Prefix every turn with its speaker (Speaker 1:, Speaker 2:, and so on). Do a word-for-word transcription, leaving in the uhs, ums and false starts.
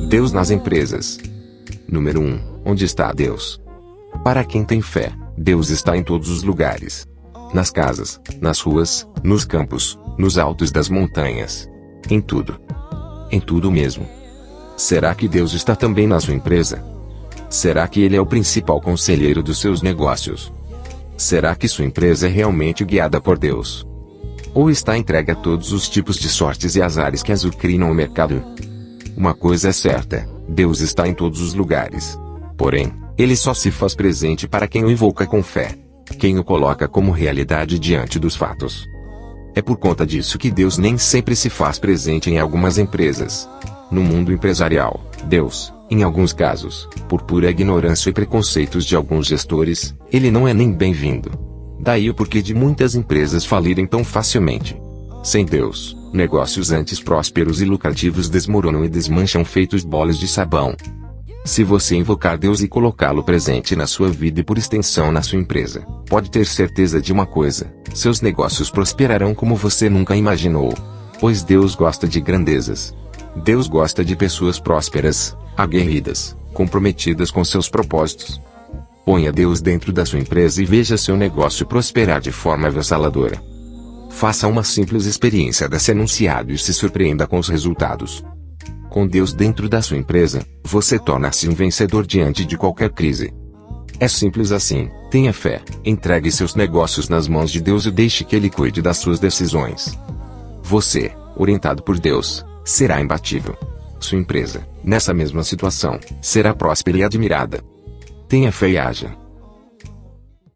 Speaker 1: Deus nas empresas. Número um. Onde está Deus? Para quem tem fé, Deus está em todos os lugares. Nas casas, nas ruas, nos campos, nos altos das montanhas. Em tudo. Em tudo mesmo. Será que Deus está também na sua empresa? Será que Ele é o principal conselheiro dos seus negócios? Será que sua empresa é realmente guiada por Deus? Ou está entregue a todos os tipos de sortes e azares que azucrinam o mercado? Uma coisa é certa, Deus está em todos os lugares. Porém, Ele só se faz presente para quem o invoca com fé. Quem o coloca como realidade diante dos fatos. É por conta disso que Deus nem sempre se faz presente em algumas empresas. No mundo empresarial, Deus, em alguns casos, por pura ignorância e preconceitos de alguns gestores, Ele não é nem bem-vindo. Daí o porquê de muitas empresas falirem tão facilmente. Sem Deus, negócios antes prósperos e lucrativos desmoronam e desmancham feitos bolas de sabão. Se você invocar Deus e colocá-lo presente na sua vida e por extensão na sua empresa, pode ter certeza de uma coisa: seus negócios prosperarão como você nunca imaginou. Pois Deus gosta de grandezas. Deus gosta de pessoas prósperas, aguerridas, comprometidas com seus propósitos. Ponha Deus dentro da sua empresa e veja seu negócio prosperar de forma avassaladora. Faça uma simples experiência desse enunciado e se surpreenda com os resultados. Com Deus dentro da sua empresa, você torna-se um vencedor diante de qualquer crise. É simples assim. Tenha fé, entregue seus negócios nas mãos de Deus e deixe que Ele cuide das suas decisões. Você, orientado por Deus, será imbatível. Sua empresa, nessa mesma situação, será próspera e admirada. Tenha fé e haja.